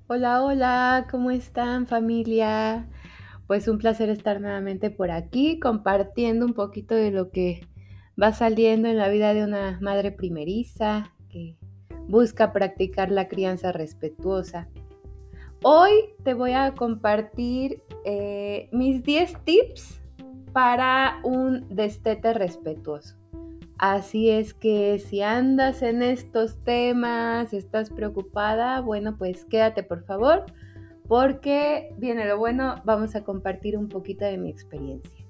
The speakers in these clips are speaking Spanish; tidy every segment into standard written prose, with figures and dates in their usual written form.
Hola, hola, ¿cómo están familia? Pues un placer estar nuevamente por aquí compartiendo un poquito de lo que va saliendo en la vida de una madre primeriza que busca practicar la crianza respetuosa. Hoy te voy a compartir mis 10 tips para un destete respetuoso. Así es que si andas en estos temas, estás preocupada, bueno, pues quédate por favor, porque viene lo bueno, vamos a compartir un poquito de mi experiencia.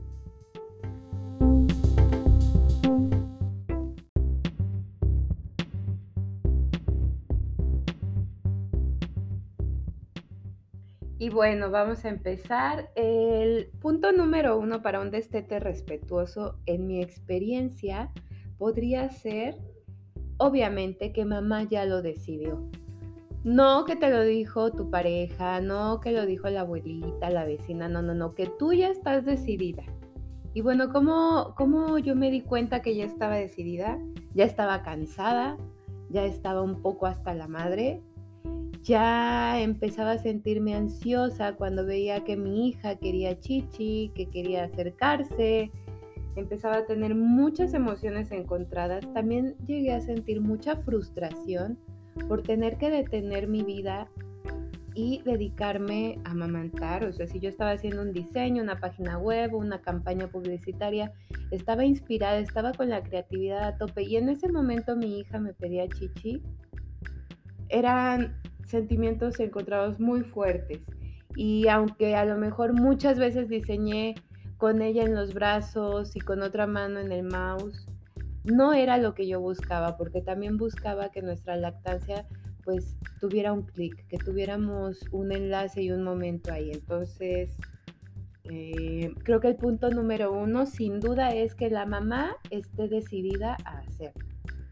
Y bueno, vamos a empezar. El punto número uno para un destete respetuoso, en mi experiencia, podría ser, obviamente, que mamá ya lo decidió. No que te lo dijo tu pareja, no que lo dijo la abuelita, la vecina, no, no, no, que tú ya estás decidida. Y bueno, ¿cómo yo me di cuenta que ya estaba decidida? Ya estaba cansada, ya estaba un poco hasta la madre, ya empezaba a sentirme ansiosa cuando veía que mi hija quería chichi, que quería acercarse, empezaba a tener muchas emociones encontradas. También llegué a sentir mucha frustración por tener que detener mi vida y dedicarme a amamantar. O sea, si yo estaba haciendo un diseño, una página web, una campaña publicitaria, estaba inspirada, estaba con la creatividad a tope y en ese momento mi hija me pedía chichi. Eran sentimientos encontrados muy fuertes y aunque a lo mejor muchas veces diseñé con ella en los brazos y con otra mano en el mouse, no era lo que yo buscaba, porque también buscaba que nuestra lactancia pues tuviera un clic, que tuviéramos un enlace y un momento ahí. Entonces, creo que el punto número uno sin duda es que la mamá esté decidida a hacerlo.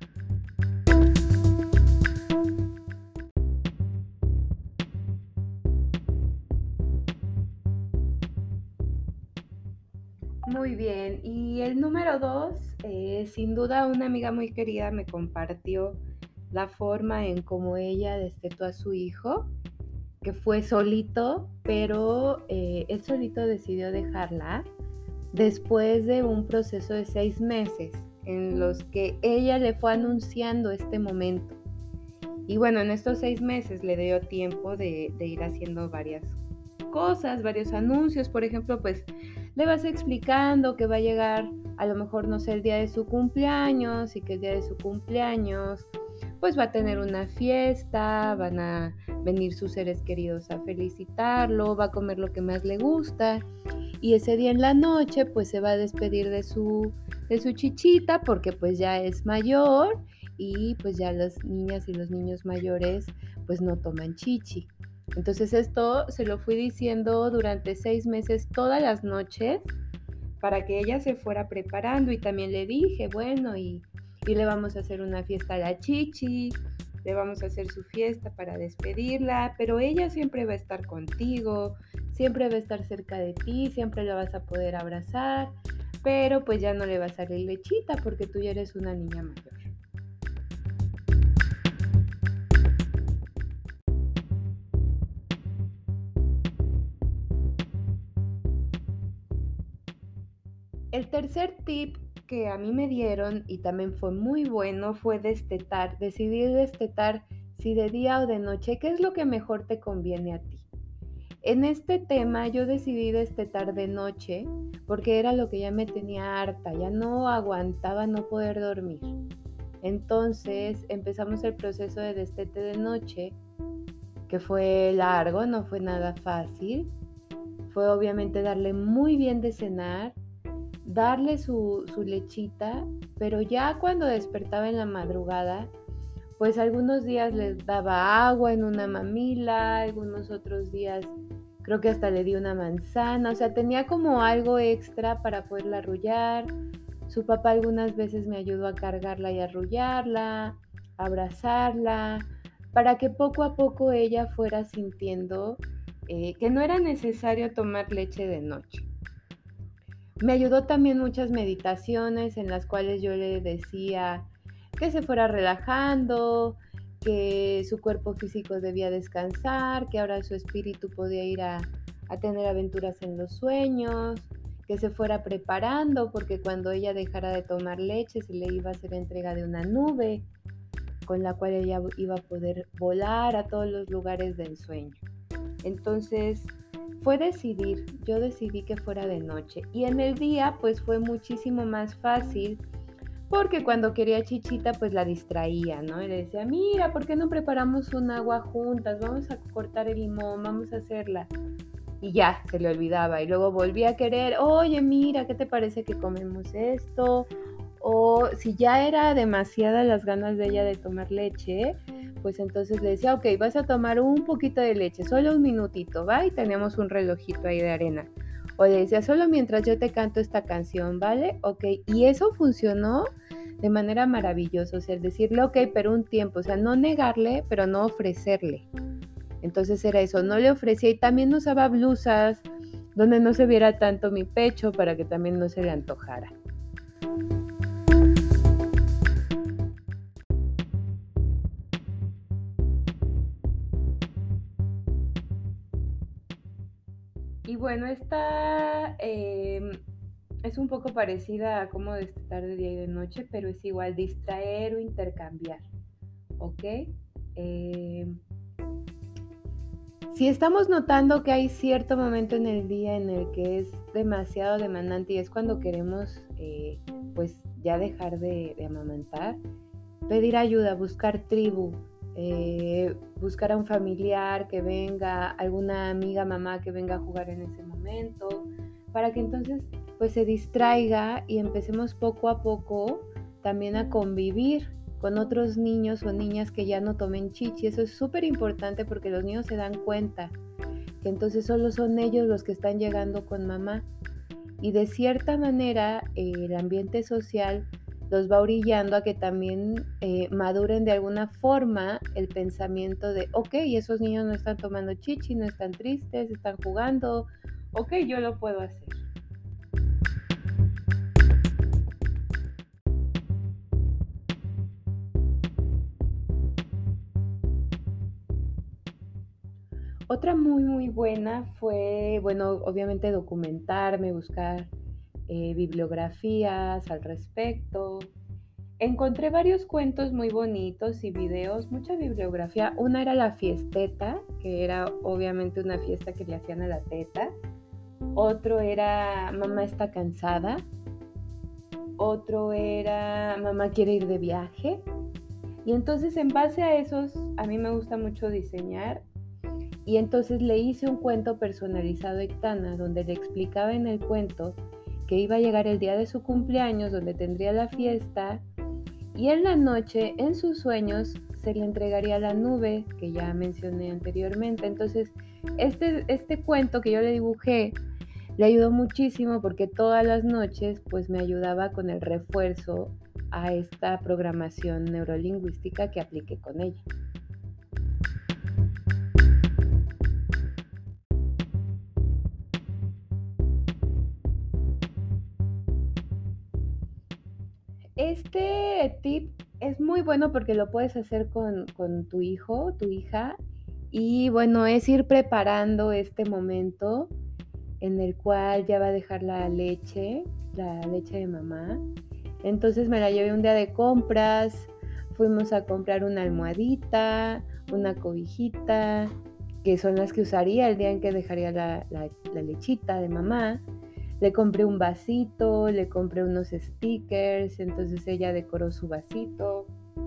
Muy bien, y el número dos, sin duda una amiga muy querida me compartió la forma en cómo ella destetó a su hijo, que fue solito, pero él solito decidió dejarla después de un proceso de 6 meses en los que ella le fue anunciando este momento. Y bueno, en estos 6 meses le dio tiempo de ir haciendo varias cosas, varios anuncios. Por ejemplo, pues le vas explicando que va a llegar a lo mejor, no sé, el día de su cumpleaños y que el día de su cumpleaños pues va a tener una fiesta, van a venir sus seres queridos a felicitarlo, va a comer lo que más le gusta y ese día en la noche pues se va a despedir de su chichita porque pues ya es mayor y pues ya las niñas y los niños mayores pues no toman chichi. Entonces esto se lo fui diciendo durante 6 meses todas las noches para que ella se fuera preparando y también le dije, bueno, y le vamos a hacer una fiesta a la chichi, le vamos a hacer su fiesta para despedirla, pero ella siempre va a estar contigo, siempre va a estar cerca de ti, siempre la vas a poder abrazar, pero pues ya no le va a salir lechita porque tú ya eres una niña mayor. El tercer tip que a mí me dieron y también fue muy bueno fue destetar, decidir destetar si de día o de noche, qué es lo que mejor te conviene a ti. En este tema yo decidí destetar de noche porque era lo que ya me tenía harta, ya no aguantaba no poder dormir. Entonces empezamos el proceso de destete de noche, que fue largo, no fue nada fácil. Fue obviamente darle muy bien de cenar, darle su lechita, pero ya cuando despertaba en la madrugada, pues algunos días les daba agua en una mamila, algunos otros días creo que hasta le di una manzana, o sea, tenía como algo extra para poderla arrullar. Su papá algunas veces me ayudó a cargarla y arrullarla, abrazarla, para que poco a poco ella fuera sintiendo que no era necesario tomar leche de noche. Me ayudó también muchas meditaciones en las cuales yo le decía que se fuera relajando, que su cuerpo físico debía descansar, que ahora su espíritu podía ir a tener aventuras en los sueños, que se fuera preparando porque cuando ella dejara de tomar leche se le iba a hacer entrega de una nube con la cual ella iba a poder volar a todos los lugares del sueño. Entonces fue decidir, yo decidí que fuera de noche y en el día pues fue muchísimo más fácil porque cuando quería chichita pues la distraía, ¿no? Y le decía, mira, ¿por qué no preparamos un agua juntas? Vamos a cortar el limón, vamos a hacerla. Y ya, se le olvidaba. Y luego volvía a querer, oye, mira, ¿qué te parece que comemos esto? O si ya era demasiada las ganas de ella de tomar leche, pues entonces le decía, ok, vas a tomar un poquito de leche, solo un minutito, ¿va? Y tenemos un relojito ahí de arena. O le decía, solo mientras yo te canto esta canción, ¿vale? Ok, y eso funcionó de manera maravillosa, o sea, el decirle, ok, pero un tiempo, o sea, no negarle, pero no ofrecerle. Entonces era eso, no le ofrecía y también usaba blusas donde no se viera tanto mi pecho para que también no se le antojara. Y bueno, esta es un poco parecida a cómo destetar de día y de noche, pero es igual distraer o intercambiar, ¿ok? Eh, si estamos notando que hay cierto momento en el día en el que es demasiado demandante y es cuando queremos pues ya dejar de amamantar, pedir ayuda, buscar tribu, buscar a un familiar que venga, alguna amiga, mamá que venga a jugar en ese momento, para que entonces pues se distraiga y empecemos poco a poco también a convivir con otros niños o niñas que ya no tomen chichi. Eso es súper importante porque los niños se dan cuenta que entonces solo son ellos los que están llegando con mamá y de cierta manera el ambiente social los va orillando a que también maduren de alguna forma el pensamiento de, ok, esos niños no están tomando chichi, no están tristes, están jugando, ok, yo lo puedo hacer. Otra muy buena fue, bueno, obviamente documentarme, buscar bibliografías al respecto. Encontré varios cuentos muy bonitos y videos, mucha bibliografía. Una era La Fiesteta, que era obviamente una fiesta que le hacían a la teta. Otro era Mamá está cansada. Otro era Mamá quiere ir de viaje. Y entonces en base a esos, a mí me gusta mucho diseñar. Y entonces le hice un cuento personalizado a Ictana, donde le explicaba en el cuento que iba a llegar el día de su cumpleaños, donde tendría la fiesta, y en la noche, en sus sueños, se le entregaría la nube que ya mencioné anteriormente. Entonces, este cuento que yo le dibujé le ayudó muchísimo porque todas las noches pues me ayudaba con el refuerzo a esta programación neurolingüística que apliqué con ella. Este tip es muy bueno porque lo puedes hacer con tu hijo, tu hija, y bueno, es ir preparando este momento en el cual ya va a dejar la leche de mamá. Entonces me la llevé un día de compras, fuimos a comprar una almohadita, una cobijita, que son las que usaría el día en que dejaría la lechita de mamá. Le compré un vasito, le compré unos stickers, entonces ella decoró su vasito.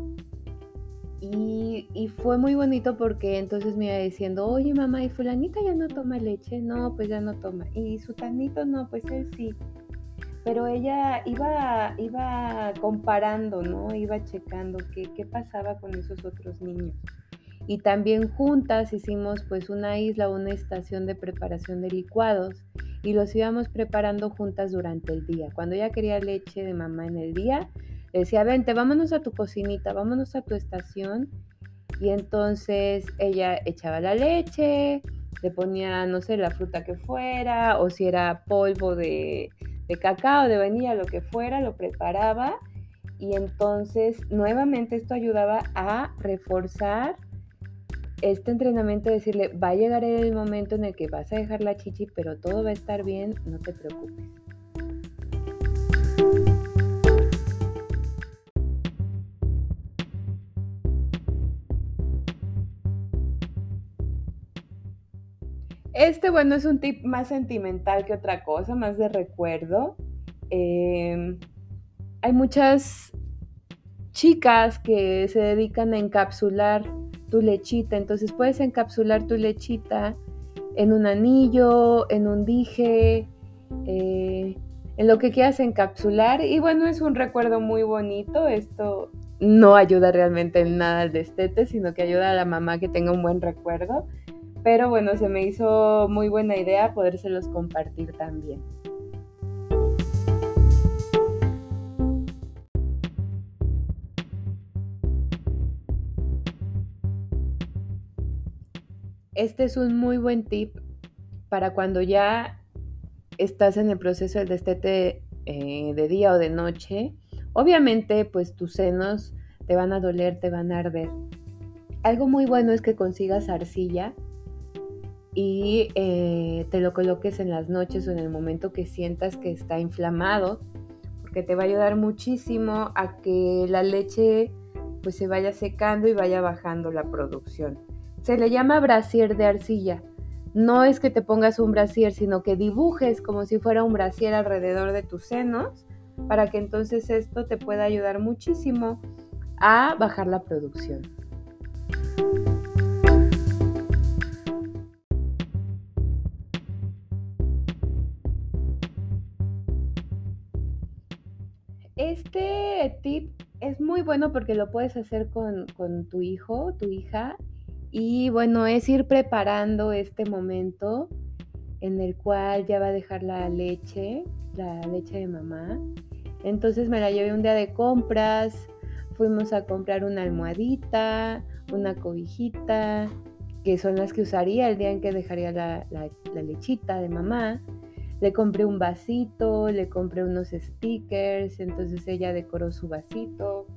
Y fue muy bonito porque entonces me iba diciendo, oye mamá, ¿y fulanita ya no toma leche? No, pues ya no toma. ¿Y sutanito? No, pues él sí. Pero ella iba comparando, ¿no? Iba checando qué pasaba con esos otros niños. Y también juntas hicimos pues una isla, una estación de preparación de licuados y los íbamos preparando juntas durante el día. Cuando ella quería leche de mamá en el día, le decía, vente, vámonos a tu cocinita, vámonos a tu estación. Y entonces ella echaba la leche, le ponía, no sé, la fruta que fuera, o si era polvo de cacao, de vainilla, lo que fuera, lo preparaba Y entonces, nuevamente esto ayudaba a reforzar este entrenamiento, decirle, va a llegar el momento en el que vas a dejar la chichi, pero todo va a estar bien, no te preocupes. Bueno, es un tip más sentimental que otra cosa, más de recuerdo. Hay muchas chicas que se dedican a encapsular tu lechita, entonces puedes encapsular tu lechita en un anillo, en un dije, en lo que quieras encapsular. Y bueno, es un recuerdo muy bonito. Esto no ayuda realmente en nada al destete, sino que ayuda a la mamá que tenga un buen recuerdo. Pero bueno, se me hizo muy buena idea podérselos compartir también. Este es un muy buen tip para cuando ya estás en el proceso del destete de día o de noche. Obviamente, pues tus senos te van a doler, te van a arder. Algo muy bueno es que consigas arcilla y te lo coloques en las noches o en el momento que sientas que está inflamado, porque te va a ayudar muchísimo a que la leche pues se vaya secando y vaya bajando la producción. Se le llama brasier de arcilla. No es que te pongas un brasier, sino que dibujes como si fuera un brasier alrededor de tus senos, para que entonces esto te pueda ayudar muchísimo a bajar la producción. Este tip es muy bueno porque lo puedes hacer con tu hijo, tu hija, y bueno, es ir preparando este momento en el cual ya va a dejar la leche de mamá. Entonces me la llevé un día de compras, fuimos a comprar una almohadita, una cobijita, que son las que usaría el día en que dejaría la lechita de mamá. Le compré un vasito, le compré unos stickers, entonces ella decoró su vasito.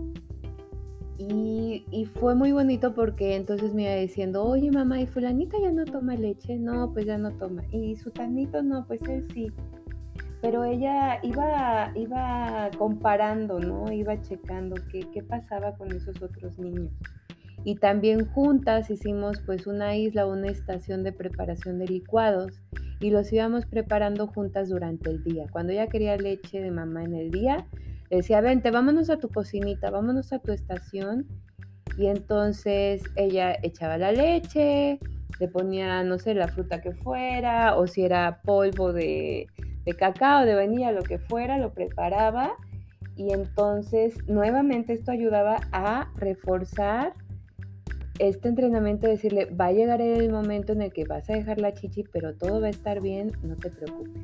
Y fue muy bonito porque entonces me iba diciendo, oye mamá, ¿y fulanita ya no toma leche? No, pues ya no toma. Y sutanito no, pues él sí. Pero ella iba comparando, ¿no? Iba checando qué pasaba con esos otros niños. Y también juntas hicimos pues una isla, una estación de preparación de licuados y los íbamos preparando juntas durante el día. Cuando ella quería leche de mamá en el día, le decía, vente, vámonos a tu cocinita, vámonos a tu estación. Y entonces ella echaba la leche, le ponía, no sé, la fruta que fuera, o si era polvo de cacao, de vainilla, lo que fuera, lo preparaba. Y entonces nuevamente esto ayudaba a reforzar este entrenamiento, decirle, va a llegar el momento en el que vas a dejar la chichi, pero todo va a estar bien, no te preocupes.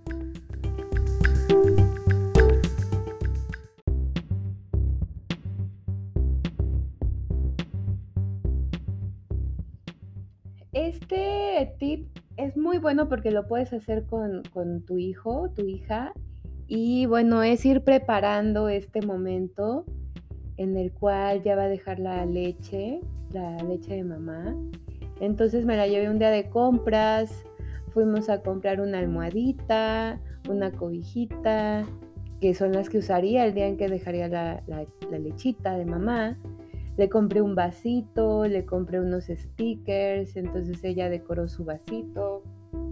Este tip es muy bueno porque lo puedes hacer con tu hijo, tu hija, y bueno, es ir preparando este momento en el cual ya va a dejar la leche de mamá. Entonces me la llevé un día de compras, fuimos a comprar una almohadita, una cobijita, que son las que usaría el día en que dejaría la lechita de mamá. Le compré un vasito, le compré unos stickers, entonces ella decoró su vasito.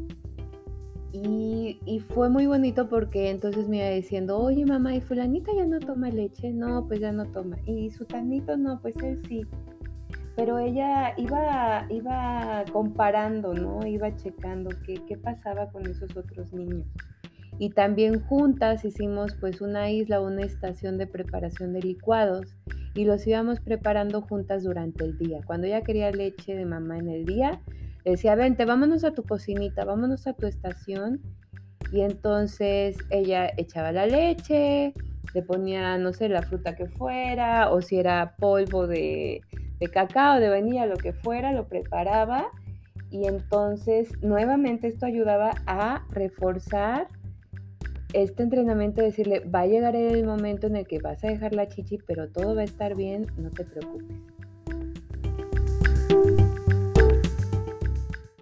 Y fue muy bonito porque entonces me iba diciendo, oye mamá, ¿y fulanita ya no toma leche? No, pues ya no toma. Y sutanito no, pues él sí. Pero ella iba comparando, ¿no? Iba checando qué pasaba con esos otros niños. Y también juntas hicimos pues una isla, una estación de preparación de licuados y los íbamos preparando juntas durante el día. Cuando ella quería leche de mamá en el día, le decía, vente, vámonos a tu cocinita, vámonos a tu estación. Y entonces ella echaba la leche, le ponía, no sé, la fruta que fuera, o si era polvo de cacao, de vainilla, lo que fuera, lo preparaba. Y entonces nuevamente esto ayudaba a reforzar este entrenamiento, decirle, va a llegar el momento en el que vas a dejar la chichi, pero todo va a estar bien, no te preocupes.